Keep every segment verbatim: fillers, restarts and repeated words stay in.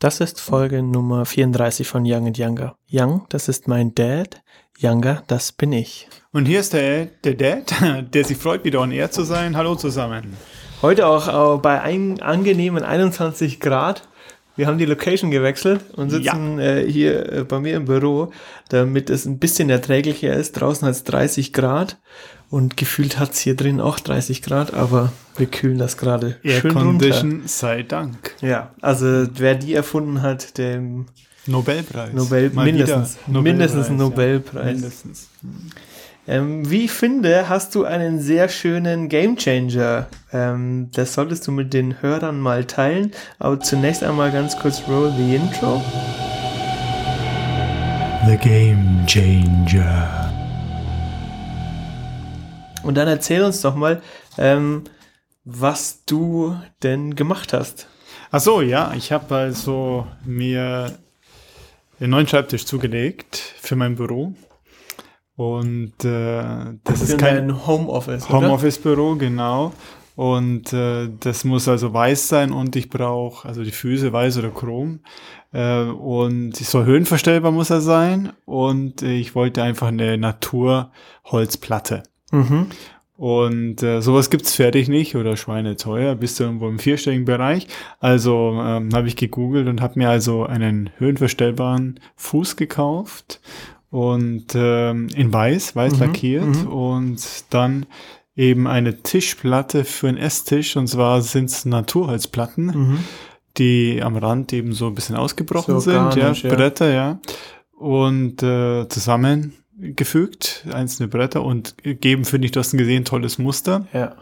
Das ist Folge Nummer vierunddreißig von Young and Younger. Young, das ist mein Dad. Younger, das bin ich. Und hier ist der, der Dad, der sich freut, wieder on air zu sein. Hallo zusammen. Heute auch äh, bei ein, angenehmen einundzwanzig Grad. Wir haben die Location gewechselt und sitzen ja. äh, hier äh, bei mir im Büro, damit es ein bisschen erträglicher ist. Draußen hat es dreißig Grad und gefühlt hat es hier drin auch dreißig Grad, aber wir kühlen das gerade schön runter. Air-Condition sei Dank. Ja, also wer die erfunden hat, dem Nobelpreis. Nobel, mindestens, Nobelpreis, mindestens einen Nobelpreis. Ja, mindestens. Ähm, wie ich finde, hast du einen sehr schönen Gamechanger. Ähm, das solltest du mit den Hörern mal teilen. Aber zunächst einmal ganz kurz roll the intro. The Game Changer. Und dann erzähl uns doch mal, ähm, was du denn gemacht hast. Ach so, ja, ich habe also mir einen neuen Schreibtisch zugelegt für mein Büro. Und äh, das für ist kein Homeoffice, Homeoffice-Büro, genau. Und äh, das muss also weiß sein und ich brauche, also die Füße weiß oder chrom. Äh, und es soll höhenverstellbar muss er sein. Und äh, ich wollte einfach eine Naturholzplatte. Mhm. Und äh, sowas gibt's fertig nicht oder schweineteuer, bist du irgendwo im vierstelligen Bereich. Also ähm, habe ich gegoogelt und habe mir also einen höhenverstellbaren Fuß gekauft. Und ähm, in weiß, weiß mhm, lackiert mhm. und dann eben eine Tischplatte für einen Esstisch. Und zwar sind es Naturholzplatten, mhm. die am Rand eben so ein bisschen ausgebrochen so sind. Ja, ja, Bretter, ja. Und äh, zusammengefügt, einzelne Bretter und geben, finde ich, du hast gesehen, tolles Muster. Ja.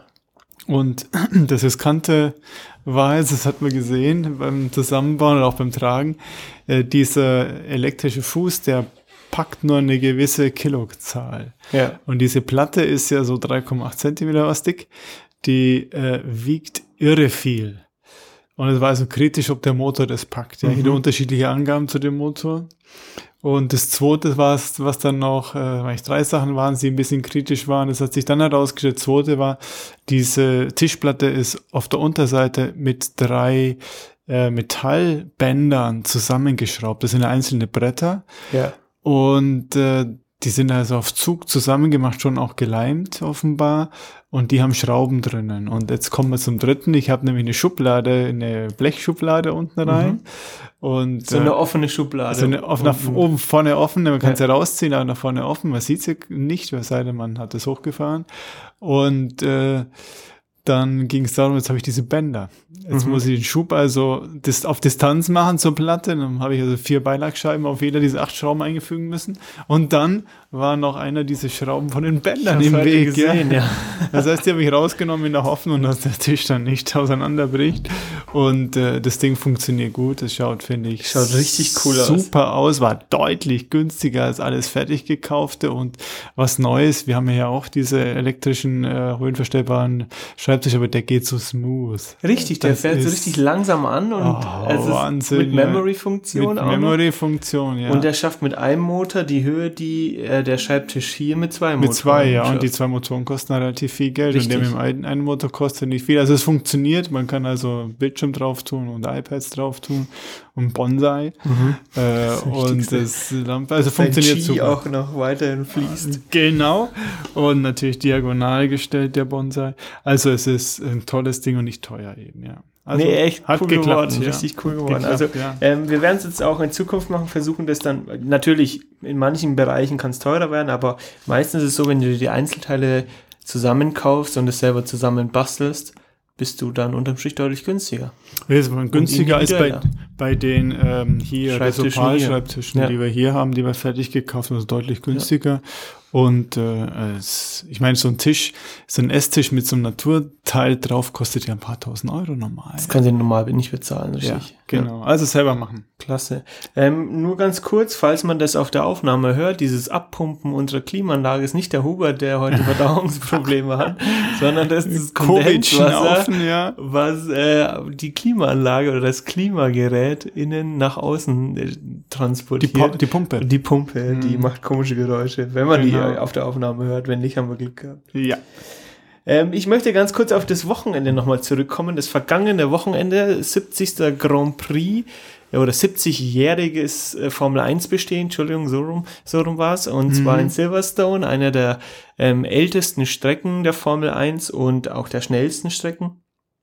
Und das Riskante war jetzt, das hat man gesehen beim Zusammenbauen und auch beim Tragen, äh, dieser elektrische Fuß, der packt nur eine gewisse Kilozahl. Ja. Und diese Platte ist ja so drei Komma acht Zentimeter was dick. Die äh, wiegt irre viel. Und es war also kritisch, ob der Motor das packt. Ja, mhm. Jede unterschiedliche Angaben zu dem Motor. Und das zweite war es, was dann noch, äh, eigentlich drei Sachen waren, die ein bisschen kritisch waren. Das hat sich dann herausgestellt. Das zweite war, diese Tischplatte ist auf der Unterseite mit drei äh, Metallbändern zusammengeschraubt. Das sind einzelne Bretter. Ja. Und äh, die sind also auf Zug zusammengemacht, schon auch geleimt offenbar. Und die haben Schrauben drinnen. Und jetzt kommen wir zum dritten. Ich habe nämlich eine Schublade, eine Blechschublade unten rein. Mhm. Und, so eine äh, offene Schublade. So eine offen, nach oben, vorne offen. Man kann es ja. ja rausziehen, aber nach vorne offen. Man sieht sie nicht, es sei denn, man hat es hochgefahren. Und äh, dann ging es darum, jetzt habe ich diese Bänder. Jetzt mhm. muss ich den Schub also dis- auf Distanz machen zur Platte. Dann habe ich also vier Beilagscheiben auf jeder diese acht Schrauben eingefügen müssen. Und dann war noch einer dieser Schrauben von den Bändern im Weg. Gesehen, ja. Ja. Das heißt, die habe ich rausgenommen in der Hoffnung, dass der Tisch dann nicht auseinanderbricht. Und äh, das Ding funktioniert gut. Es schaut, finde ich, schaut richtig cool aus. Super aus. War deutlich günstiger als alles fertig gekaufte und was Neues. Wir haben ja auch diese elektrischen, äh, höhenverstellbaren Schreibtisch, aber der geht so smooth. Richtig, der das fährt so richtig langsam an und oh, es ist Wahnsinn, mit Memory-Funktion mit Memory-Funktion, ja. Und der schafft mit einem Motor die Höhe, die äh, der Schreibtisch hier mit zwei Motoren Mit zwei, ja. schafft. Und die zwei Motoren kosten relativ viel Geld. Richtig. Und der mit dem einen, einen Motor kostet nicht viel. Also es funktioniert. Man kann also Bildschirm drauf tun und iPads drauf tun und Bonsai. Mhm. Äh, das und das Lampe, also funktioniert super. Der auch noch weiterhin fließt. Genau. Und natürlich diagonal gestellt, der Bonsai. Also es ist ein tolles Ding und nicht teuer eben, ja. Also nee, echt hat cool geklappt, geworden, ja. richtig cool geworden. Geklappt, also ja. ähm, wir werden es jetzt auch in Zukunft machen, versuchen das dann, natürlich in manchen Bereichen kann es teurer werden, aber meistens ist es so, wenn du die Einzelteile zusammenkaufst und es selber zusammen bastelst, bist du dann unterm Strich deutlich günstiger. Ja, ist man günstiger als bei, bei den ähm, hier Schreibtischen, ja. die wir hier haben, die wir fertig gekauft haben, ist deutlich günstiger. Ja. Und äh, es, ich meine, so ein Tisch, so ein Esstisch mit so einem Naturteil drauf kostet ja ein paar tausend Euro normal. Das kann sie normal nicht bezahlen, richtig? Ja, genau. Ja. Also selber machen. Klasse. Ähm, nur ganz kurz, falls man das auf der Aufnahme hört, dieses Abpumpen unserer Klimaanlage ist nicht der Hubert, der heute Verdauungsprobleme hat, sondern das ist das Kondenswasser, ja. was äh, die Klimaanlage oder das Klimagerät innen nach außen äh, transportiert. Die, Pu- die Pumpe. Die Pumpe, mhm. die macht komische Geräusche, wenn man genau. die auf der Aufnahme hört. Wenn nicht, haben wir Glück gehabt. Ja. Ähm, ich möchte ganz kurz auf das Wochenende nochmal zurückkommen. Das vergangene Wochenende, siebzigster Grand Prix oder siebzigjähriges äh, Formel eins Bestehen, Entschuldigung, so rum, so rum war es. Und mhm. zwar in Silverstone, einer der ähm, ältesten Strecken der Formel eins und auch der schnellsten Strecken.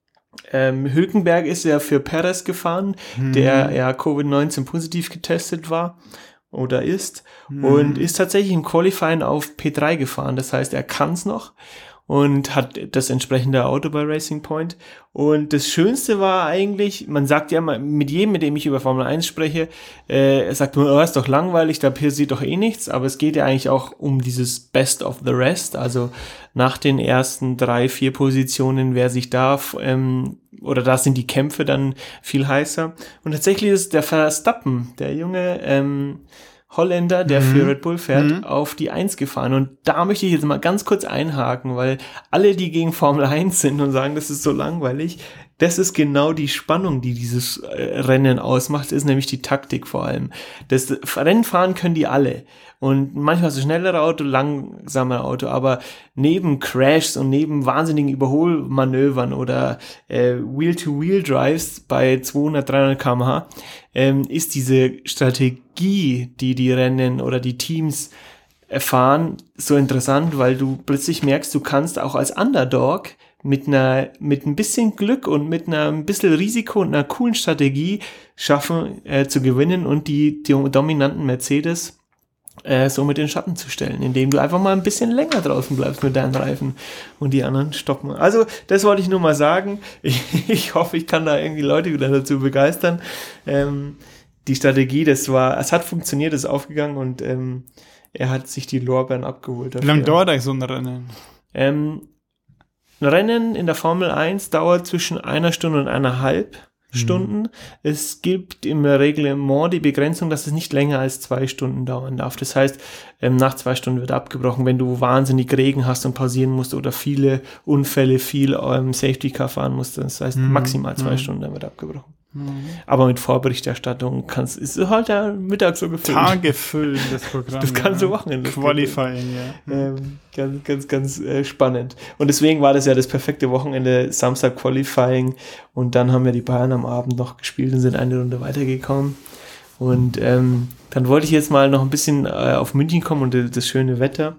Ähm, Hülkenberg ist ja für Perez gefahren, mhm. der ja Covid neunzehn positiv getestet war oder ist mhm. und ist tatsächlich im Qualifying auf P drei gefahren. Das heißt, er kann es noch und hat das entsprechende Auto bei Racing Point. Und das Schönste war eigentlich, man sagt ja mal, mit jedem, mit dem ich über Formel eins spreche, äh, er sagt nur, oh, ist doch langweilig, da passiert doch eh nichts, aber es geht ja eigentlich auch um dieses Best of the Rest, also nach den ersten drei, vier Positionen, wer sich da, ähm, oder da sind die Kämpfe dann viel heißer. Und tatsächlich ist der Verstappen, der junge ähm, Holländer, der mhm. für Red Bull fährt, mhm. auf die eins gefahren. Und da möchte ich jetzt mal ganz kurz einhaken, weil alle, die gegen Formel eins sind und sagen, das ist so langweilig, das ist genau die Spannung, die dieses äh, Rennen ausmacht, ist nämlich die Taktik vor allem. Das Rennen fahren können die alle. Und manchmal ist es schnellere Auto, langsamer Auto, aber neben Crashs und neben wahnsinnigen Überholmanövern oder äh, Wheel-to-Wheel-Drives bei zweihundert, dreihundert Kilometer pro Stunde ähm, ist diese Strategie, die die Rennen oder die Teams erfahren, so interessant, weil du plötzlich merkst, du kannst auch als Underdog mit einer, mit ein bisschen Glück und mit einer ein bisschen Risiko und einer coolen Strategie schaffen, äh, zu gewinnen und die, die dominanten Mercedes äh, so mit den Schatten zu stellen, indem du einfach mal ein bisschen länger draußen bleibst mit deinen Reifen und die anderen stoppen. Also, das wollte ich nur mal sagen. Ich, ich hoffe, ich kann da irgendwie Leute wieder dazu begeistern. Ähm, die Strategie, das war, es hat funktioniert, es ist aufgegangen und ähm, er hat sich die Lorbeeren abgeholt dafür. Wie lange dauert eigentlich so ein Rennen? Ähm, Ein Rennen in der Formel eins dauert zwischen einer Stunde und eineinhalb Stunden. Mhm. Es gibt im Reglement die Begrenzung, dass es nicht länger als zwei Stunden dauern darf. Das heißt, ähm, nach zwei Stunden wird abgebrochen, wenn du wahnsinnig Regen hast und pausieren musst oder viele Unfälle, viel ähm, Safety Car fahren musst. Das heißt, mhm. maximal zwei mhm. Stunden, dann wird abgebrochen. Mhm. Aber mit Vorberichterstattung kannst, ist halt der Mittag so gefüllt. Tagefüllen, das Programm. Das kannst ja. du machen. Qualifying, ja. Ähm, ganz, ganz, ganz äh, spannend. Und deswegen war das ja das perfekte Wochenende, Samstag Qualifying und dann haben wir die Bayern am Abend noch gespielt und sind eine Runde weitergekommen. Und ähm, dann wollte ich jetzt mal noch ein bisschen äh, auf München kommen und das, das schöne Wetter.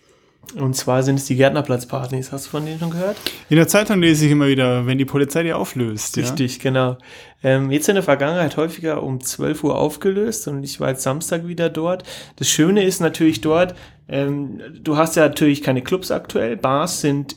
Und zwar sind es die Gärtnerplatzpartys. Hast du von denen schon gehört? In der Zeitung lese ich immer wieder, wenn die Polizei die auflöst. Richtig, ja? genau. Ähm, jetzt in der Vergangenheit häufiger um zwölf Uhr aufgelöst und ich war jetzt Samstag wieder dort. Das Schöne ist natürlich dort, ähm, du hast ja natürlich keine Clubs aktuell. Bars sind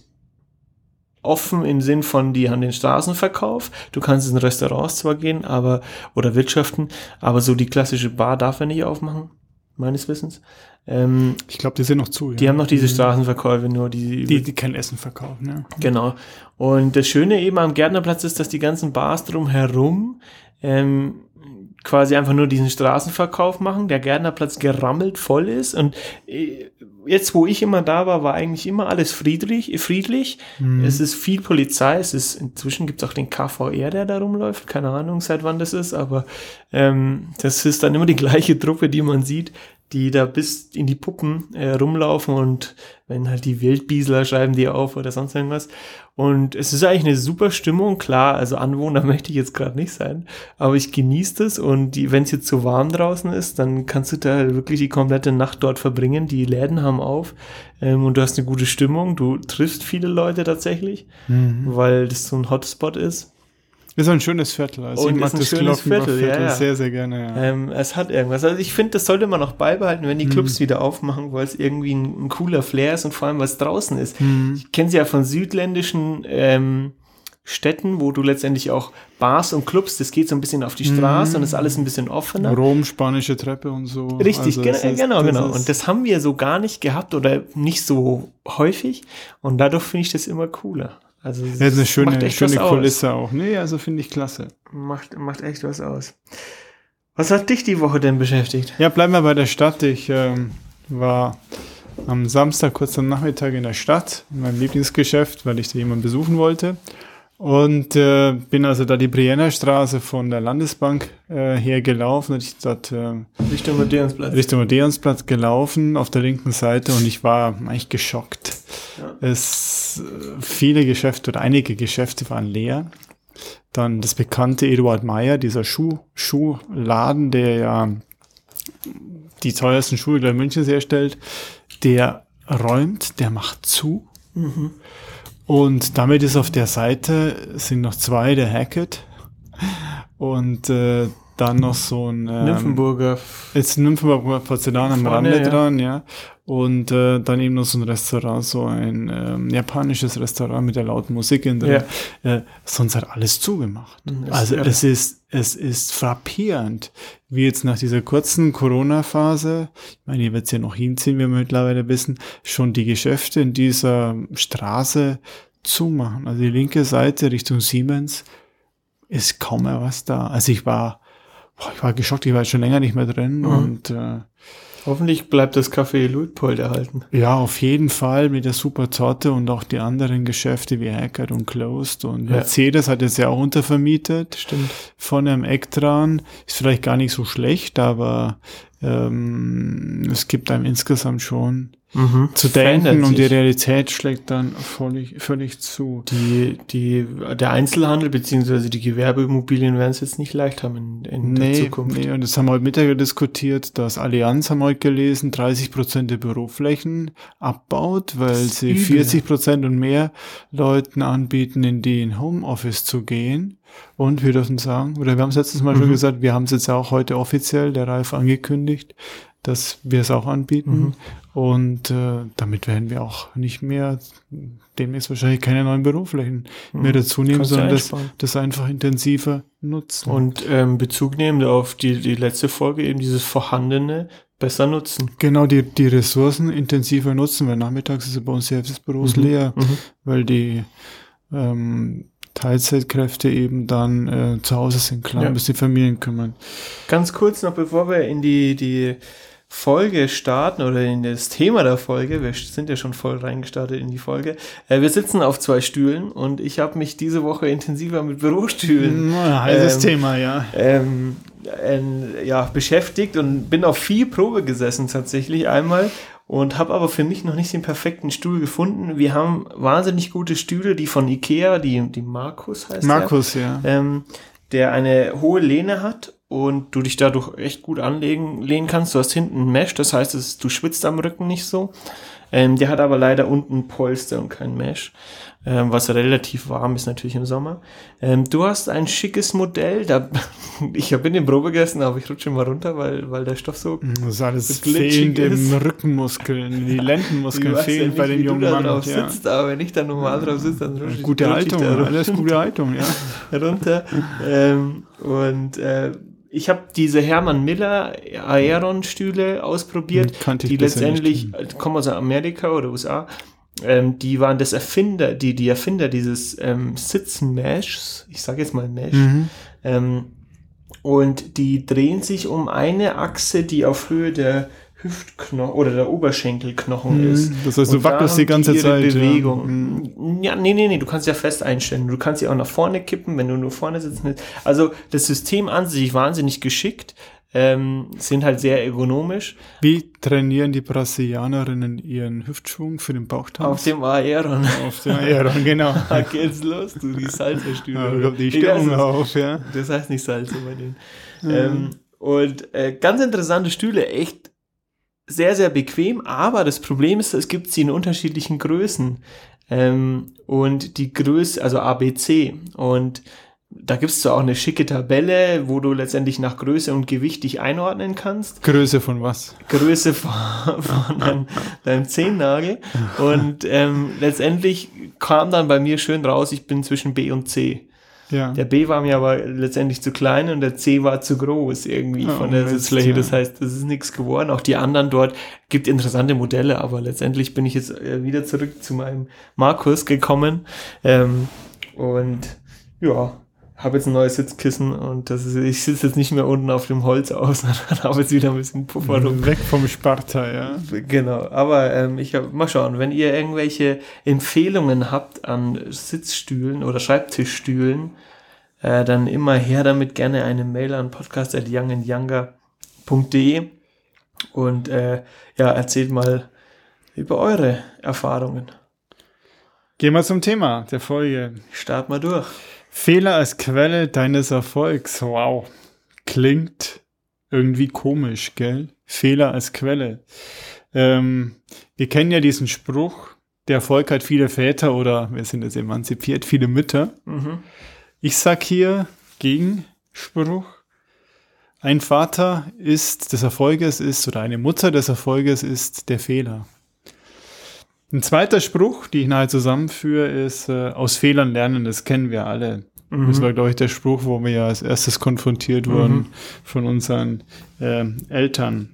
offen im Sinn von, die haben den Straßenverkauf. Du kannst in Restaurants zwar gehen, aber oder wirtschaften, aber so die klassische Bar darf er nicht aufmachen, meines Wissens. Ähm, ich glaube, die sind noch zu. Die ja. haben noch diese Straßenverkäufe, nur die... Die, die kein Essen verkaufen, ja. Genau. Und das Schöne eben am Gärtnerplatz ist, dass die ganzen Bars drumherum ähm, quasi einfach nur diesen Straßenverkauf machen, der Gärtnerplatz gerammelt voll ist und äh, jetzt, wo ich immer da war, war eigentlich immer alles friedlich. friedlich. Mhm. Es ist viel Polizei, es ist, inzwischen gibt es auch den K V R, der da rumläuft, keine Ahnung, seit wann das ist, aber ähm, das ist dann immer die gleiche Truppe, die man sieht, die da bis in die Puppen äh, rumlaufen und wenn halt die Wildbiesler schreiben die auf oder sonst irgendwas. Und es ist eigentlich eine super Stimmung, klar, also Anwohner möchte ich jetzt gerade nicht sein, aber ich genieße das und wenn es jetzt so warm draußen ist, dann kannst du da wirklich die komplette Nacht dort verbringen, die Läden haben auf ähm, und du hast eine gute Stimmung, du triffst viele Leute tatsächlich, mhm. weil das so ein Hotspot ist. Ist ein schönes Viertel. Also und ich mag ist das ein schönes Viertel, ja, ja. sehr, sehr gerne. Ja. Ähm, es hat irgendwas. Also ich finde, das sollte man noch beibehalten, wenn die Clubs hm. wieder aufmachen, weil es irgendwie ein, ein cooler Flair ist und vor allem, was draußen ist. Hm. Ich kenne sie ja von südländischen ähm, Städten, wo du letztendlich auch Bars und Clubs, das geht so ein bisschen auf die Straße hm. und ist alles ein bisschen offener. Rom, spanische Treppe und so. Richtig, also gen- ist, genau, genau. Und das haben wir so gar nicht gehabt oder nicht so häufig und dadurch finde ich das immer cooler. Also ja, eine schöne, schöne Kulisse aus. auch. Nee, also finde ich klasse. Macht, macht echt was aus. Was hat dich die Woche denn beschäftigt? Ja, bleiben wir bei der Stadt. Ich ähm, war am Samstag kurz am Nachmittag in der Stadt, in meinem Lieblingsgeschäft, weil ich da jemanden besuchen wollte. Und äh, bin also da die Brienner Straße von der Landesbank äh, her gelaufen und ich dort äh, Richtung Odeonsplatz. Richtung Odeonsplatz gelaufen auf der linken Seite und ich war eigentlich geschockt. Ja. Es viele Geschäfte oder einige Geschäfte waren leer. Dann das bekannte Eduard Meyer, dieser Schuh, Schuhladen, der ja die teuersten Schuhe in München herstellt, der räumt, der macht zu. Mhm. Und damit ist auf der Seite, sind noch zwei, der Hackett und äh, dann noch so ein ähm, Nymphenburger. Jetzt Nymphenburger Porzellan am Vorne, Rande ja. dran, ja. Und äh, dann eben noch so ein Restaurant, so ein ähm, japanisches Restaurant mit der lauten Musik in drin. Ja. Äh, sonst hat alles zugemacht. Das also ist es ist, es ist frappierend, wie jetzt nach dieser kurzen Corona-Phase, ich meine, hier wird es ja noch hinziehen, wie wir mittlerweile wissen, schon die Geschäfte in dieser Straße zumachen. Also die linke Seite Richtung Siemens ist kaum mehr was da. Also ich war, boah, ich war geschockt, ich war jetzt schon länger nicht mehr drin mhm. und äh, hoffentlich bleibt das Café Luitpold erhalten. Ja, auf jeden Fall mit der super Torte und auch die anderen Geschäfte wie Hackett und Closed und ja. Mercedes hat jetzt ja auch untervermietet. Stimmt. Von einem Eck dran. Ist vielleicht gar nicht so schlecht, aber ähm, es gibt einem insgesamt schon mhm. zu denken und die Realität schlägt dann völlig, völlig zu. Die, die, der Einzelhandel beziehungsweise die Gewerbeimmobilien werden es jetzt nicht leicht haben in, in nee, der Zukunft. Nee, und das haben wir heute Mittag diskutiert, dass Allianz, haben wir heute gelesen, dreißig Prozent der Büroflächen abbaut, weil sie übel. vierzig Prozent und mehr Leuten anbieten, in die in Homeoffice zu gehen. Und wir dürfen sagen, oder wir haben es letztes Mal mhm. schon gesagt, wir haben es jetzt auch heute offiziell, der Ralf, angekündigt, dass wir es auch anbieten. Mhm. Und äh, damit werden wir auch nicht mehr, demnächst wahrscheinlich keine neuen Büroflächen mhm. mehr dazu nehmen, Kannst sondern das, das einfach intensiver nutzen. Und ähm, Bezug nehmen auf die, die letzte Folge, eben dieses Vorhandene besser nutzen. Genau, die, die Ressourcen intensiver nutzen, weil nachmittags ist bei uns die Hälfte des Büros mhm. leer, mhm. weil die ähm, Teilzeitkräfte eben dann äh, zu Hause sind, klar, ja. bis die Familien kümmern. Ganz kurz noch, bevor wir in die, die Folge starten oder in das Thema der Folge, wir sind ja schon voll reingestartet in die Folge, äh, wir sitzen auf zwei Stühlen und ich habe mich diese Woche intensiver mit Bürostühlen ja, heißes ähm, Thema, ja. Ähm, äh, ja, beschäftigt und bin auf viel Probe gesessen tatsächlich einmal und habe aber für mich noch nicht den perfekten Stuhl gefunden. Wir haben wahnsinnig gute Stühle, die von Ikea, die, die Markus heißt Markus, der, ja. Ähm, der eine hohe Lehne hat und du dich dadurch echt gut anlegen lehnen kannst. Du hast hinten ein Mesh, das heißt, es, du schwitzt am Rücken nicht so. Ähm, der hat aber leider unten Polster und kein Mesh, ähm, was relativ warm ist natürlich im Sommer. Ähm, du hast ein schickes Modell, da ich habe in den Probe gegessen, aber ich rutsche mal runter, weil, weil der Stoff so das ist alles fehlend im Rückenmuskeln, die Lendenmuskeln fehlen ja bei dem jungen Mann. Drauf ja. sitzt, aber wenn ich da normal drauf sitze, dann rutsche ich Gute Haltung, alles gute Haltung, ja. runter. ähm, und äh, ich habe diese Hermann Miller Aeron-Stühle ausprobiert, die letztendlich, kommen aus Amerika oder U S A, ähm, die waren das Erfinder, die, die Erfinder dieses ähm, Sitz-Meshs, ich sage jetzt mal Mesh, mhm. ähm, und die drehen sich um eine Achse, die auf Höhe der Hüftknochen oder der Oberschenkelknochen mhm. ist. Das heißt, du wackelst die ganze die Zeit. Bewegung. Ja. Mhm. ja, nee, nee, nee, du kannst ja fest einstellen. Du kannst sie auch nach vorne kippen, wenn du nur vorne sitzen willst. Also das System an sich wahnsinnig geschickt, ähm, sind halt sehr ergonomisch. Wie trainieren die Brasilianerinnen ihren Hüftschwung für den Bauchtanz? Auf dem Aeron. Auf dem Aeron, genau. Da geht's los, du, die Salzerstühle. Ja, ich glaub, die Stimmung auf, ja. Das heißt nicht Salze bei denen. Mhm. Ähm, und äh, ganz interessante Stühle, echt sehr, sehr bequem, aber das Problem ist, es gibt sie in unterschiedlichen Größen. Ähm, und die Größe, also A, B, C. Und da gibt es zwar auch eine schicke Tabelle, wo du letztendlich nach Größe und Gewicht dich einordnen kannst. Größe von was? Größe von, von deinem, deinem Zehennagel. Und ähm, letztendlich kam dann bei mir schön raus, ich bin zwischen B und C. Ja. Der B war mir aber letztendlich zu klein und der C war zu groß irgendwie oh, von der Mist, Sitzfläche. Ja. Das heißt, das ist nichts geworden. Auch die anderen dort gibt interessante Modelle, aber letztendlich bin ich jetzt wieder zurück zu meinem Markus gekommen ähm, und ja, habe jetzt ein neues Sitzkissen und das ist, ich sitze jetzt nicht mehr unten auf dem Holz aus, sondern habe jetzt wieder ein bisschen Puffer rum. Weg vom Sparta, ja. Genau, aber ähm, ich hab, mal schauen, wenn ihr irgendwelche Empfehlungen habt an Sitzstühlen oder Schreibtischstühlen, äh, dann immer her damit, gerne eine Mail an podcast at young and younger punkt de und äh, ja, erzählt mal über eure Erfahrungen. Gehen wir zum Thema der Folge. Start mal durch. Fehler als Quelle deines Erfolgs. Wow. Klingt irgendwie komisch, gell? Fehler als Quelle. Ähm, wir kennen ja diesen Spruch, der Erfolg hat viele Väter oder, wir sind jetzt emanzipiert, viele Mütter. Mhm. Ich sag hier Gegenspruch. Ein Vater ist des Erfolges ist, oder eine Mutter des Erfolges ist der Fehler. Ein zweiter Spruch, die ich nachher zusammenführe, ist äh, aus Fehlern lernen, das kennen wir alle. Mhm. Das war, glaube ich, der Spruch, wo wir ja als erstes konfrontiert wurden mhm. von unseren äh, Eltern.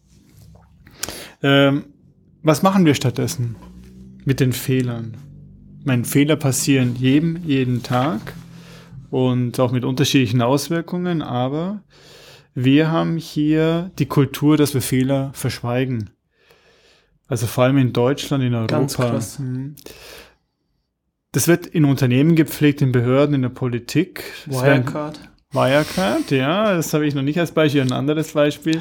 Ähm, was machen wir stattdessen mit den Fehlern? Meine Fehler passieren jedem, jeden Tag und auch mit unterschiedlichen Auswirkungen, aber wir haben hier die Kultur, dass wir Fehler verschweigen. Also vor allem in Deutschland, in Europa. Ganz krass. Das wird in Unternehmen gepflegt, in Behörden, in der Politik. Wirecard. Wirecard, ja, das habe ich noch nicht als Beispiel, ein anderes Beispiel.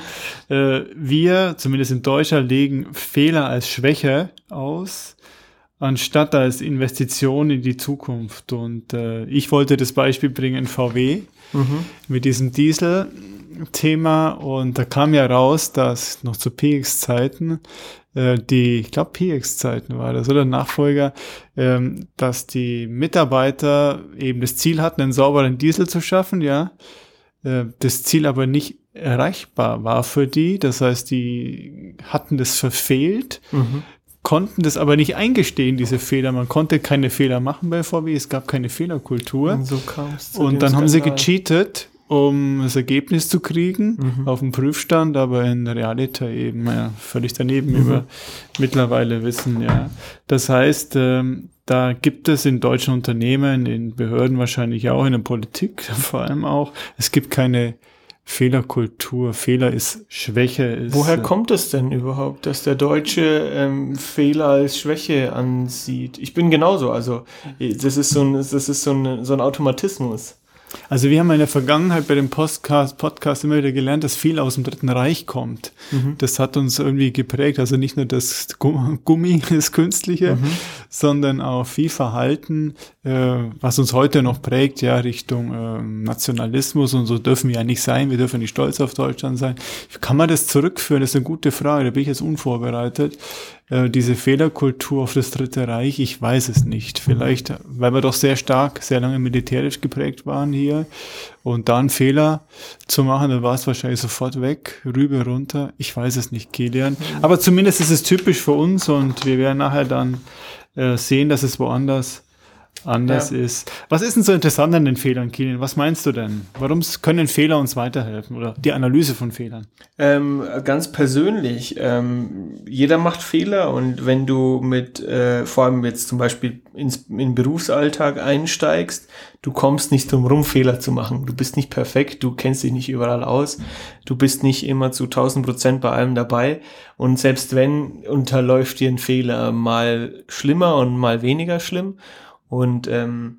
Wir, zumindest in Deutschland, legen Fehler als Schwäche aus, anstatt als Investition in die Zukunft. Und äh, ich wollte das Beispiel bringen, V W, mhm. mit diesem Diesel-Thema. Und da kam ja raus, dass noch zu P X-Zeiten, äh, die, ich glaube P X-Zeiten war das, oder Nachfolger, ähm, dass die Mitarbeiter eben das Ziel hatten, einen sauberen Diesel zu schaffen, ja, äh, das Ziel aber nicht erreichbar war für die. Das heißt, die hatten das verfehlt, mhm. konnten das aber nicht eingestehen, diese Fehler. Man konnte keine Fehler machen bei V W, es gab keine Fehlerkultur. Und so kam's zu Und dann haben sie gecheatet, um das Ergebnis zu kriegen, mhm. auf dem Prüfstand, aber in Realita eben ja, völlig daneben, mhm. über mittlerweile wissen, ja. Das heißt, ähm, da gibt es in deutschen Unternehmen, in Behörden wahrscheinlich auch, in der Politik vor allem auch, es gibt keine Fehlerkultur. Fehler ist Schwäche. Ist, Woher kommt es denn überhaupt, dass der Deutsche ähm, Fehler als Schwäche ansieht? Ich bin genauso, also das ist so ein, das ist so ein, so ein Automatismus. Also wir haben in der Vergangenheit bei dem Podcast, Podcast immer wieder gelernt, dass viel aus dem Dritten Reich kommt. Mhm. Das hat uns irgendwie geprägt, also nicht nur das Gummi, das Künstliche, mhm. sondern auch viel Verhalten, äh, was uns heute noch prägt, ja, Richtung äh, Nationalismus, und so dürfen wir ja nicht sein, wir dürfen nicht stolz auf Deutschland sein. Kann man das zurückführen? Das ist eine gute Frage, da bin ich jetzt unvorbereitet. Äh, diese Fehlerkultur auf das Dritte Reich, ich weiß es nicht. Vielleicht, weil wir doch sehr stark, sehr lange militärisch geprägt waren hier, und da einen Fehler zu machen, dann war es wahrscheinlich sofort weg, rüber, runter. Ich weiß es nicht, Kilian. Aber zumindest ist es typisch für uns, und wir werden nachher dann äh, sehen, dass es woanders anders ja. ist. Was ist denn so interessant an den Fehlern, Kilian? Was meinst du denn? Warum können Fehler uns weiterhelfen, oder die Analyse von Fehlern? Ähm, ganz persönlich, ähm, jeder macht Fehler, und wenn du mit, äh, vor allem jetzt zum Beispiel ins, in den Berufsalltag einsteigst, du kommst nicht drum rum, Fehler zu machen. Du bist nicht perfekt, du kennst dich nicht überall aus, du bist nicht immer zu tausend Prozent bei allem dabei, und selbst wenn, unterläuft dir ein Fehler mal schlimmer und mal weniger schlimm. Und ähm,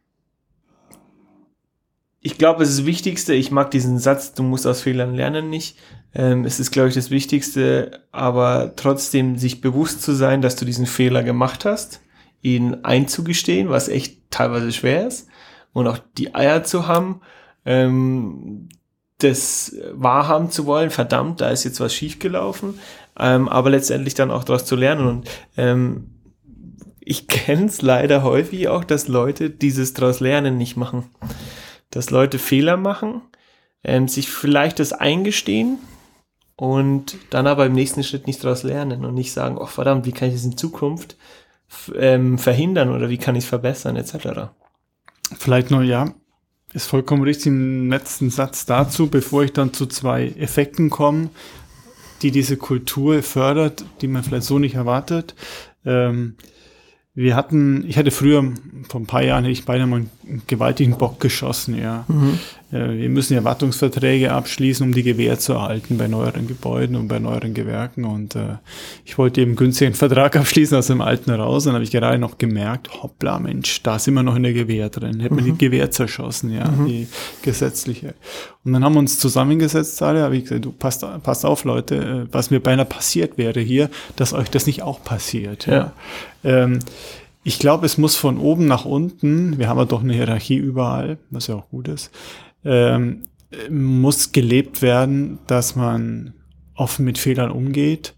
ich glaube, es ist das Wichtigste, ich mag diesen Satz, du musst aus Fehlern lernen, nicht. Ähm, es ist, glaube ich, das Wichtigste, aber trotzdem sich bewusst zu sein, dass du diesen Fehler gemacht hast, ihn einzugestehen, was echt teilweise schwer ist, und auch die Eier zu haben, ähm, das wahrhaben zu wollen, verdammt, da ist jetzt was schiefgelaufen, ähm, aber letztendlich dann auch daraus zu lernen. Und ähm, ich kenne es leider häufig auch, dass Leute dieses daraus Lernen nicht machen. Dass Leute Fehler machen, ähm, sich vielleicht das eingestehen und dann aber im nächsten Schritt nicht daraus lernen und nicht sagen, oh verdammt, wie kann ich das in Zukunft f- ähm, verhindern oder wie kann ich es verbessern, et cetera. Vielleicht nur, ja, ist vollkommen richtig, im letzten Satz dazu, bevor ich dann zu zwei Effekten komme, die diese Kultur fördert, die man vielleicht so nicht erwartet. Ähm, Wir hatten, ich hatte früher, vor ein paar Jahren, hätte ich beinahe mal einen gewaltigen Bock geschossen, ja. Mhm. Äh, wir müssen ja Wartungsverträge abschließen, um die Gewähr zu erhalten bei neueren Gebäuden und bei neueren Gewerken, und äh, ich wollte eben günstigen Vertrag abschließen aus dem alten raus, und dann habe ich gerade noch gemerkt, hoppla Mensch, da sind wir noch in der Gewähr drin, hätte mhm. man die Gewähr zerschossen, ja, mhm. die gesetzliche. Und dann haben wir uns zusammengesetzt alle, habe ich gesagt, du passt, passt auf Leute, was mir beinahe passiert wäre hier, dass euch das nicht auch passiert, ja. ja. Ähm, ich glaube, es muss von oben nach unten, wir haben ja doch eine Hierarchie überall, was ja auch gut ist, ähm, muss gelebt werden, dass man offen mit Fehlern umgeht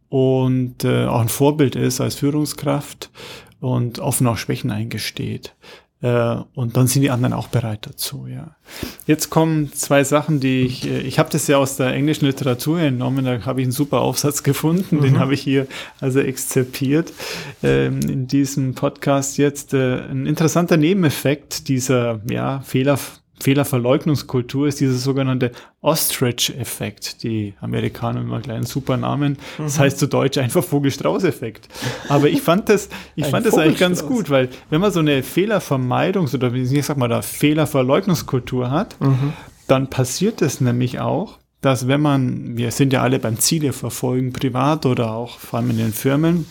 und äh, auch ein Vorbild ist als Führungskraft und offen auch Schwächen eingesteht. Äh, und dann sind die anderen auch bereit dazu, ja. Jetzt kommen zwei Sachen, die ich, äh, ich habe das ja aus der englischen Literatur entnommen, da habe ich einen super Aufsatz gefunden, mhm. den habe ich hier also exzerpiert ähm, in diesem Podcast jetzt. Äh, ein interessanter Nebeneffekt dieser ja, Fehler Fehlerverleugnungskultur ist dieser sogenannte Ostrich-Effekt. Die Amerikaner haben immer gleich einen super Namen. Das mhm. heißt zu Deutsch einfach Vogel-Strauß-Effekt. Aber ich fand das, ich fand das eigentlich ganz gut, weil wenn man so eine Fehlervermeidungs- oder wie ich sag mal da Fehlerverleugnungskultur hat, mhm. dann passiert es nämlich auch, dass wenn man, wir sind ja alle beim Ziele verfolgen, privat oder auch vor allem in den Firmen,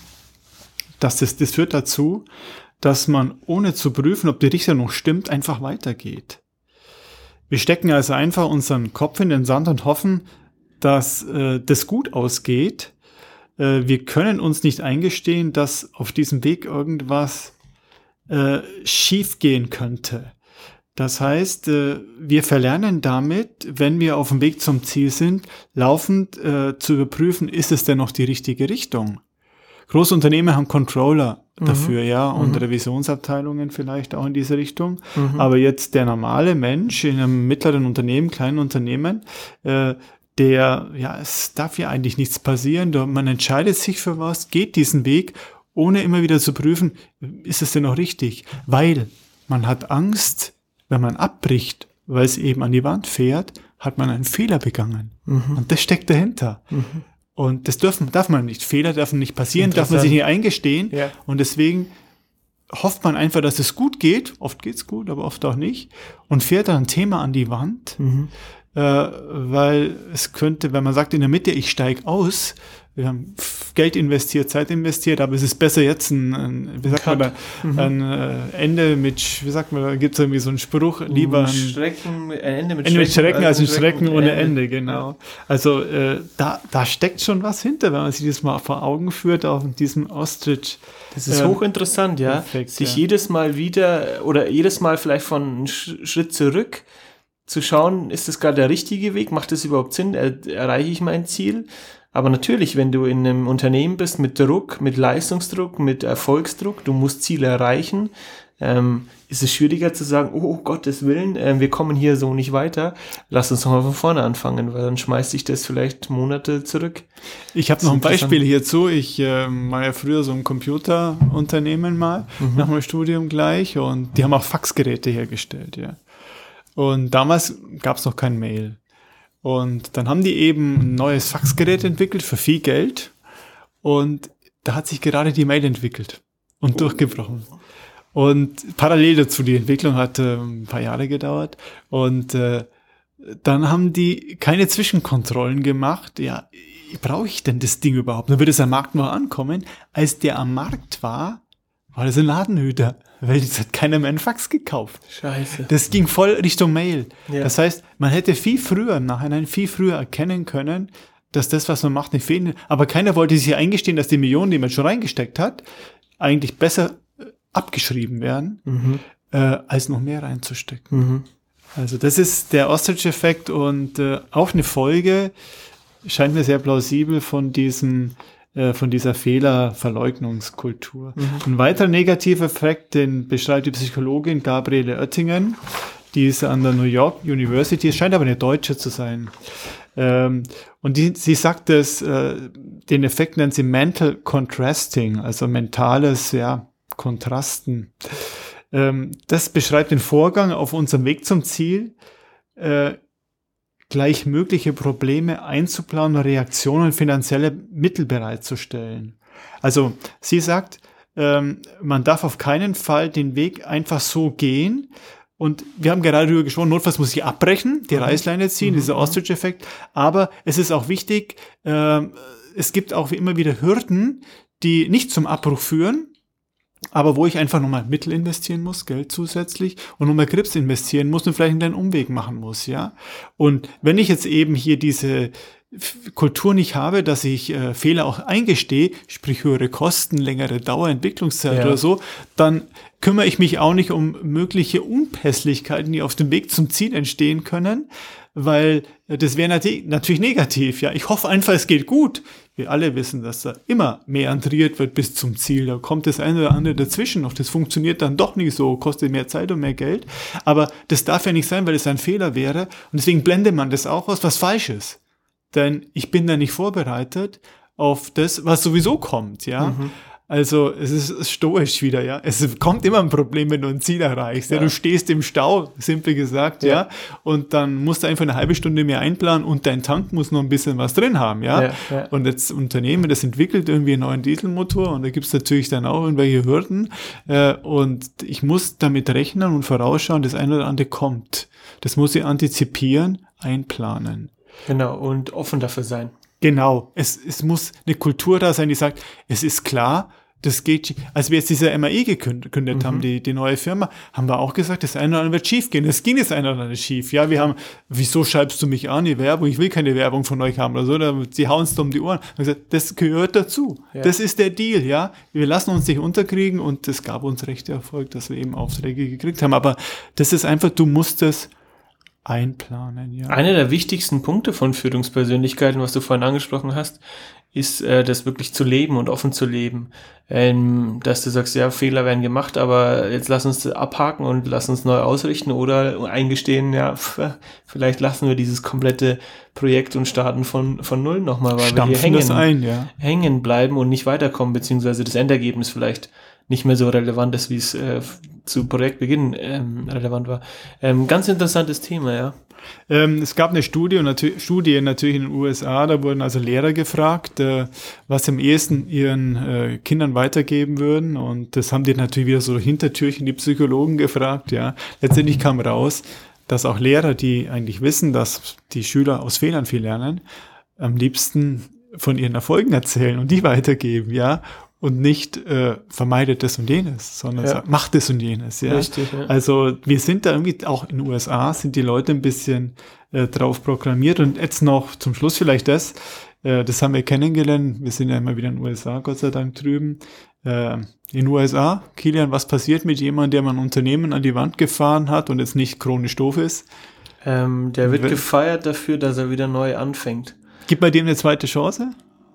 dass das, das führt dazu, dass man ohne zu prüfen, ob die Richtung noch stimmt, einfach weitergeht. Wir stecken also einfach unseren Kopf in den Sand und hoffen, dass äh, das gut ausgeht. Äh, wir können uns nicht eingestehen, dass auf diesem Weg irgendwas äh, schief gehen könnte. Das heißt, äh, wir verlernen damit, wenn wir auf dem Weg zum Ziel sind, laufend äh, zu überprüfen, ist es denn noch die richtige Richtung? Große Unternehmen haben Controller dafür, mhm. ja, und mhm. Revisionsabteilungen vielleicht auch in diese Richtung. Mhm. Aber jetzt der normale Mensch in einem mittleren Unternehmen, kleinen Unternehmen, äh, der, ja, es darf ja eigentlich nichts passieren. Man entscheidet sich für was, geht diesen Weg, ohne immer wieder zu prüfen, ist es denn noch richtig? Weil man hat Angst, wenn man abbricht, weil es eben an die Wand fährt, hat man einen Fehler begangen. Mhm. Und das steckt dahinter. Mhm. Und das dürfen, darf man nicht. Fehler dürfen nicht passieren, darf man sich nicht eingestehen. Ja. Und deswegen hofft man einfach, dass es gut geht. Oft geht's gut, aber oft auch nicht. Und fährt dann ein Thema an die Wand, mhm. äh, weil es könnte, wenn man sagt in der Mitte, ich steige aus, wir haben Geld investiert, Zeit investiert, aber es ist besser jetzt ein, ein wie sagt Cut. man da, mhm. ein äh, Ende mit, wie sagt man, da gibt es irgendwie so einen Spruch, lieber ein Schrecken, ein Ende mit Ende Schrecken, mit Schrecken als ein Schrecken, Schrecken ohne Ende, Ende. genau. Also äh, da, da steckt schon was hinter, wenn man sich das mal vor Augen führt, auf diesem Ostrich. Das ist ähm, hochinteressant, ja. Effekt, sich ja. jedes Mal wieder oder jedes Mal vielleicht von einem Schritt zurück zu schauen, ist das gerade der richtige Weg, macht das überhaupt Sinn, er, erreiche ich mein Ziel? Aber natürlich, wenn du in einem Unternehmen bist mit Druck, mit Leistungsdruck, mit Erfolgsdruck, du musst Ziele erreichen, ähm, ist es schwieriger zu sagen, oh, um Gottes Willen, äh, wir kommen hier so nicht weiter, lass uns doch mal von vorne anfangen, weil dann schmeißt sich das vielleicht Monate zurück. Ich habe noch ein Beispiel hierzu. Ich äh, war ja früher so ein Computerunternehmen mal, mhm. nach meinem Studium gleich, und die haben auch Faxgeräte hergestellt, ja. Und damals gab es noch kein Mail. Und dann haben die eben ein neues Faxgerät entwickelt für viel Geld. Und da hat sich gerade die Mail entwickelt und oh. durchgebrochen. Und parallel dazu, die Entwicklung hat äh, ein paar Jahre gedauert. Und äh, dann haben die keine Zwischenkontrollen gemacht. Ja, brauche ich denn das Ding überhaupt? Dann wird es am Markt nur ankommen. Als der am Markt war, war das ein Ladenhüter. Weil jetzt hat keiner mehr einen Fax gekauft. Scheiße. Das ging voll Richtung Mail. Ja. Das heißt, man hätte viel früher, im Nachhinein viel früher erkennen können, dass das, was man macht, nicht fehlt. Aber keiner wollte sich eingestehen, dass die Millionen, die man schon reingesteckt hat, eigentlich besser abgeschrieben werden, mhm. äh, als noch mehr reinzustecken. Mhm. Also das ist der Ostrich-Effekt und äh, auch eine Folge, scheint mir sehr plausibel von diesem von dieser Fehlerverleugnungskultur. Mhm. Ein weiterer negativer Effekt, den beschreibt die Psychologin Gabriele Oettingen, die ist an der New York University, es scheint aber eine Deutsche zu sein. Ähm, und die, sie sagt, dass äh, den Effekt nennt sie Mental Contrasting, also mentales, ja, Kontrasten. Ähm, das beschreibt den Vorgang auf unserem Weg zum Ziel, äh, gleich mögliche Probleme einzuplanen, Reaktionen, finanzielle Mittel bereitzustellen. Also sie sagt, ähm, man darf auf keinen Fall den Weg einfach so gehen. Und wir haben gerade darüber gesprochen, notfalls muss ich abbrechen, die mhm. Reißleine ziehen, mhm. dieser Ostrich-Effekt. Aber es ist auch wichtig, äh, es gibt auch wie immer wieder Hürden, die nicht zum Abbruch führen, aber wo ich einfach nochmal Mittel investieren muss, Geld zusätzlich, und nochmal Grips investieren muss und vielleicht einen Umweg machen muss, ja. Und wenn ich jetzt eben hier diese, Kultur nicht habe, dass ich äh, Fehler auch eingestehe, sprich höhere Kosten, längere Dauer, Entwicklungszeit ja. oder so, dann kümmere ich mich auch nicht um mögliche Unpässlichkeiten, die auf dem Weg zum Ziel entstehen können, weil das wäre nat- natürlich negativ. Ja, ich hoffe einfach, es geht gut. Wir alle wissen, dass da immer meandriert wird bis zum Ziel. Da kommt das eine oder andere dazwischen noch. Das funktioniert dann doch nicht so, kostet mehr Zeit und mehr Geld. Aber das darf ja nicht sein, weil es ein Fehler wäre. Und deswegen blendet man das auch aus, was falsch ist. Denn ich bin da nicht vorbereitet auf das, was sowieso kommt, ja. Mhm. Also es ist stoisch wieder, ja. Es kommt immer ein Problem, wenn du ein Ziel erreichst. Ja. Ja. Du stehst im Stau, simpel gesagt, ja. ja. Und dann musst du einfach eine halbe Stunde mehr einplanen und dein Tank muss noch ein bisschen was drin haben, ja. ja, ja. Und jetzt Unternehmen, das entwickelt irgendwie einen neuen Dieselmotor und da gibt's natürlich dann auch irgendwelche Hürden. Äh, und ich muss damit rechnen und vorausschauen, das eine oder andere kommt. Das muss ich antizipieren, einplanen. Genau, und offen dafür sein. Genau, es, es muss eine Kultur da sein, die sagt, es ist klar, das geht, als wir jetzt diese M A I gekündigt mhm. haben, die, die neue Firma, haben wir auch gesagt, das eine oder andere wird schief gehen. Es ging das eine oder andere schief. Ja, wir haben, wieso schreibst du mich an, die Werbung? Ich will keine Werbung von euch haben oder so. Sie hauen es um die Ohren. Wir haben gesagt, das gehört dazu. Ja. Das ist der Deal, ja. Wir lassen uns nicht unterkriegen und das gab uns recht Erfolg, dass wir eben Aufträge gekriegt haben. Aber das ist einfach, du musst es einplanen, ja. Einer der wichtigsten Punkte von Führungspersönlichkeiten, was du vorhin angesprochen hast, ist, äh, das wirklich zu leben und offen zu leben. Ähm, dass du sagst, ja, Fehler werden gemacht, aber jetzt lass uns abhaken und lass uns neu ausrichten oder eingestehen, ja, vielleicht lassen wir dieses komplette Projekt und starten von, von Null nochmal, weil Stampfen wir hier hängen, das ein, ja. hängen bleiben und nicht weiterkommen, beziehungsweise das Endergebnis vielleicht nicht mehr so relevant ist, wie es äh, zu Projektbeginn ähm, relevant war. Ähm, ganz interessantes Thema, ja. Ähm, es gab eine Studie, und natür- Studie natürlich in den U S A, da wurden also Lehrer gefragt, äh, was sie am ehesten ihren äh, Kindern weitergeben würden, und das haben die natürlich wieder so Hintertürchen die Psychologen gefragt, ja. Letztendlich kam raus, dass auch Lehrer, die eigentlich wissen, dass die Schüler aus Fehlern viel lernen, am liebsten von ihren Erfolgen erzählen und die weitergeben, ja. Und nicht äh, vermeidet das und jenes, sondern ja. sagt, macht das und jenes. Ja? Richtig, ja. Also wir sind da irgendwie, auch in den U S A, sind die Leute ein bisschen äh, drauf programmiert. Und jetzt noch zum Schluss vielleicht das, äh, das haben wir kennengelernt, wir sind ja immer wieder in den U S A, Gott sei Dank drüben. Äh, in den U S A, Kilian, was passiert mit jemandem, der mal ein Unternehmen an die Wand gefahren hat und jetzt nicht chronisch doof ist? Ähm, der wird Wenn, gefeiert dafür, dass er wieder neu anfängt. Gibt bei dem eine zweite Chance?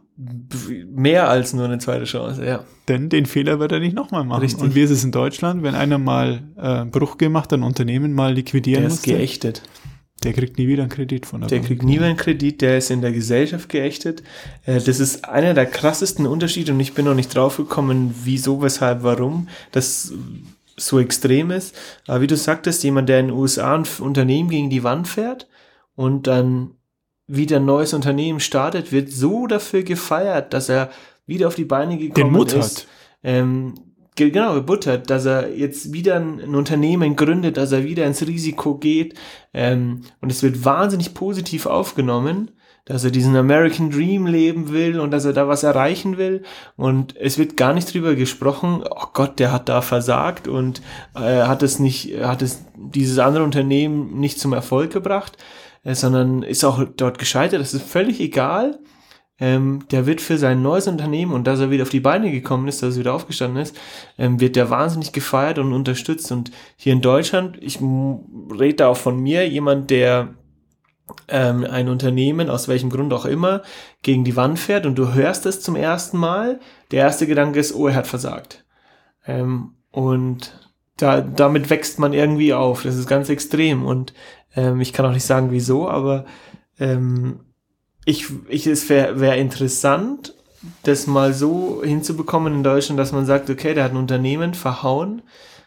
Mehr als nur eine zweite Chance, ja. Denn den Fehler wird er nicht nochmal machen. Richtig. Und wie ist es in Deutschland, wenn einer mal äh, Bruch gemacht, ein Unternehmen mal liquidieren muss? Der ist geächtet. Der kriegt nie wieder einen Kredit von der Der Bank. kriegt nie wieder einen Kredit, der ist in der Gesellschaft geächtet. Äh, das ist einer der krassesten Unterschiede und ich bin noch nicht drauf gekommen, wieso, weshalb, warum das so extrem ist. Aber wie du sagtest, jemand, der in den U S A ein Unternehmen gegen die Wand fährt und dann wieder ein neues Unternehmen startet, wird so dafür gefeiert, dass er wieder auf die Beine gekommen Den Mut ist. Hat. Ähm, ge- genau, gebuttert, dass er jetzt wieder ein, ein Unternehmen gründet, dass er wieder ins Risiko geht. Ähm, und es wird wahnsinnig positiv aufgenommen, dass er diesen American Dream leben will und dass er da was erreichen will. Und es wird gar nicht drüber gesprochen, oh Gott, der hat da versagt und äh, hat es nicht, hat es dieses andere Unternehmen nicht zum Erfolg gebracht, sondern ist auch dort gescheitert, das ist völlig egal. Ähm, der wird für sein neues Unternehmen und dass er wieder auf die Beine gekommen ist, dass er wieder aufgestanden ist, ähm, wird der wahnsinnig gefeiert und unterstützt. Und hier in Deutschland, ich m- rede da auch von mir, jemand, der ähm, ein Unternehmen, aus welchem Grund auch immer, gegen die Wand fährt und du hörst es zum ersten Mal, der erste Gedanke ist, oh, er hat versagt. Ähm, und da, damit wächst man irgendwie auf, das ist ganz extrem und Ähm, ich kann auch nicht sagen, wieso, aber ähm, ich, ich, es wäre wär interessant, das mal so hinzubekommen in Deutschland, dass man sagt, okay, der hat ein Unternehmen verhauen,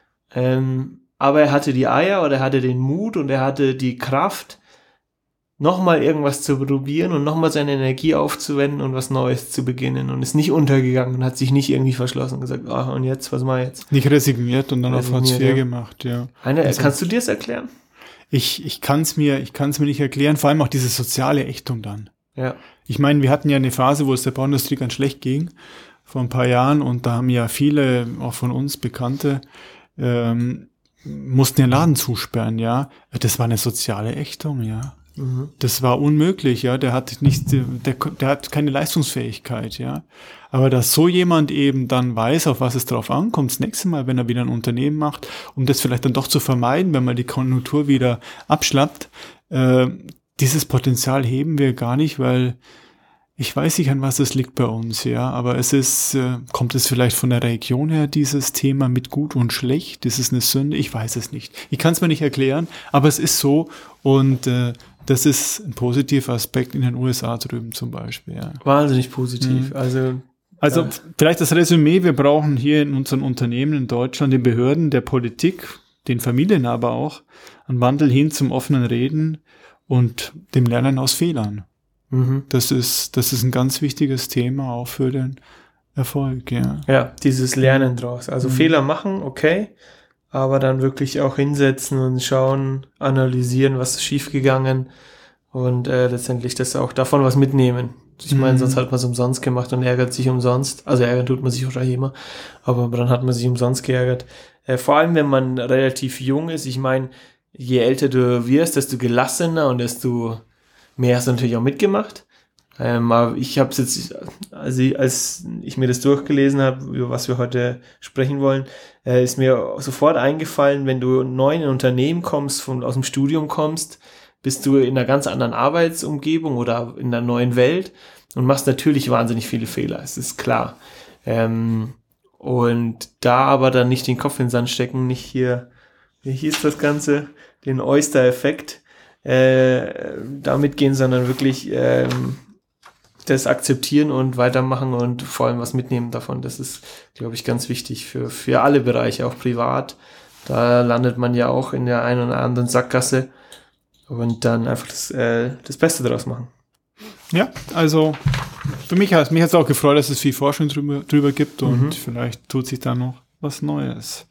ähm, aber er hatte die Eier oder er hatte den Mut und er hatte die Kraft, nochmal irgendwas zu probieren und nochmal seine Energie aufzuwenden und was Neues zu beginnen und ist nicht untergegangen und hat sich nicht irgendwie verschlossen und gesagt, ah, und jetzt, was mach ich jetzt? Nicht resigniert und dann resigniert, auf Hartz vier ja. gemacht, ja. Eine, also, kannst du dir das erklären? Ich, ich kann es mir, ich kann es mir nicht erklären, vor allem auch diese soziale Ächtung dann. Ja. Ich meine, wir hatten ja eine Phase, wo es der Bauindustrie ganz schlecht ging, vor ein paar Jahren, und da haben ja viele, auch von uns Bekannte, ähm, mussten den Laden zusperren, ja. Das war eine soziale Ächtung, ja. Mhm. Das war unmöglich, ja. Der hat nicht, der, der hat keine Leistungsfähigkeit, ja. Aber dass so jemand eben dann weiß, auf was es drauf ankommt, das nächste Mal, wenn er wieder ein Unternehmen macht, um das vielleicht dann doch zu vermeiden, wenn mal die Konjunktur wieder abschlappt, äh, dieses Potenzial heben wir gar nicht, weil ich weiß nicht, an was es liegt bei uns, ja, aber es ist, äh, kommt es vielleicht von der Region her, dieses Thema mit gut und schlecht? Ist es eine Sünde? Ich weiß es nicht. Ich kann es mir nicht erklären, aber es ist so und äh, das ist ein positiver Aspekt in den U S A drüben zum Beispiel, ja. Wahnsinnig positiv, mhm. also... Also ja. Vielleicht das Resümee, wir brauchen hier in unseren Unternehmen in Deutschland, den Behörden, der Politik, den Familien aber auch, einen Wandel hin zum offenen Reden und dem Lernen aus Fehlern. Mhm. Das ist, das ist ein ganz wichtiges Thema auch für den Erfolg, ja. Ja, dieses Lernen draus. Also mhm. Fehler machen, okay, aber dann wirklich auch hinsetzen und schauen, analysieren, was ist schiefgegangen und äh, letztendlich das auch davon was mitnehmen. Ich meine, mhm. sonst hat man es umsonst gemacht und ärgert sich umsonst. Also ärgern tut man sich wahrscheinlich immer, aber dann hat man sich umsonst geärgert. Äh, vor allem, wenn man relativ jung ist. Ich meine, je älter du wirst, desto gelassener und desto mehr hast du natürlich auch mitgemacht. Ähm, aber ich habe es jetzt, also als ich mir das durchgelesen habe, über was wir heute sprechen wollen, äh, ist mir sofort eingefallen, wenn du neu in ein Unternehmen kommst, von, aus dem Studium kommst, bist du in einer ganz anderen Arbeitsumgebung oder in einer neuen Welt und machst natürlich wahnsinnig viele Fehler, es ist klar. Ähm, und da aber dann nicht den Kopf in den Sand stecken, nicht hier, wie hieß das Ganze, den Oyster-Effekt, äh, damit gehen, sondern wirklich ähm, das akzeptieren und weitermachen und vor allem was mitnehmen davon. Das ist, glaube ich, ganz wichtig für, für alle Bereiche, auch privat. Da landet man ja auch in der einen oder anderen Sackgasse. Und dann einfach das, äh, das Beste daraus machen. Ja, also für mich hat mich hat es auch gefreut, dass es viel Forschung drüber, drüber gibt und mhm. vielleicht tut sich da noch was Neues.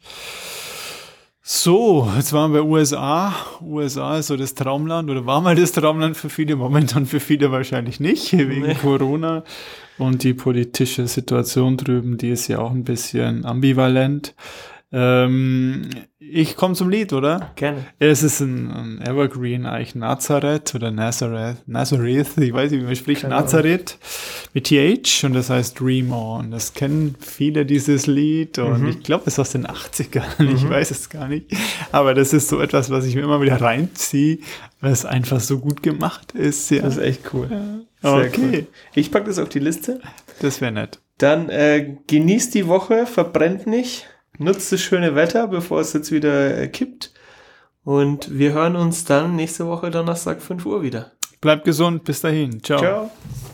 So, jetzt waren wir U S A. U S A ist so das Traumland oder war mal das Traumland für viele, momentan für viele wahrscheinlich nicht, wegen nee. Corona. Und die politische Situation drüben, die ist ja auch ein bisschen ambivalent. Ähm, ich komme zum Lied, oder? Gerne. Es ist ein, ein Evergreen, eigentlich Nazareth oder Nazareth, Nazareth, ich weiß nicht, wie man spricht, genau. Nazareth mit T H und das heißt Dream On. Das kennen viele, dieses Lied und mhm. ich glaube, es ist aus den achtzigern, mhm. ich weiß es gar nicht, aber das ist so etwas, was ich mir immer wieder reinziehe, weil es einfach so gut gemacht ist. Ja. Das ist echt cool. Ja. Sehr okay. Cool. Ich packe das auf die Liste. Das wäre nett. Dann äh, genießt die Woche, verbrennt nicht. Nutzt das schöne Wetter, bevor es jetzt wieder äh, kippt. Und wir hören uns dann nächste Woche Donnerstag fünf Uhr wieder. Bleibt gesund, bis dahin. Ciao. Ciao.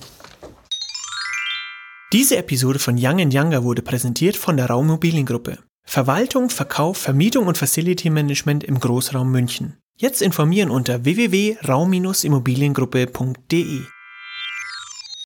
Diese Episode von Young and Younger wurde präsentiert von der Raum Immobiliengruppe. Verwaltung, Verkauf, Vermietung und Facility Management im Großraum München. Jetzt informieren unter w w w punkt raum Immobiliengruppe punkt d e.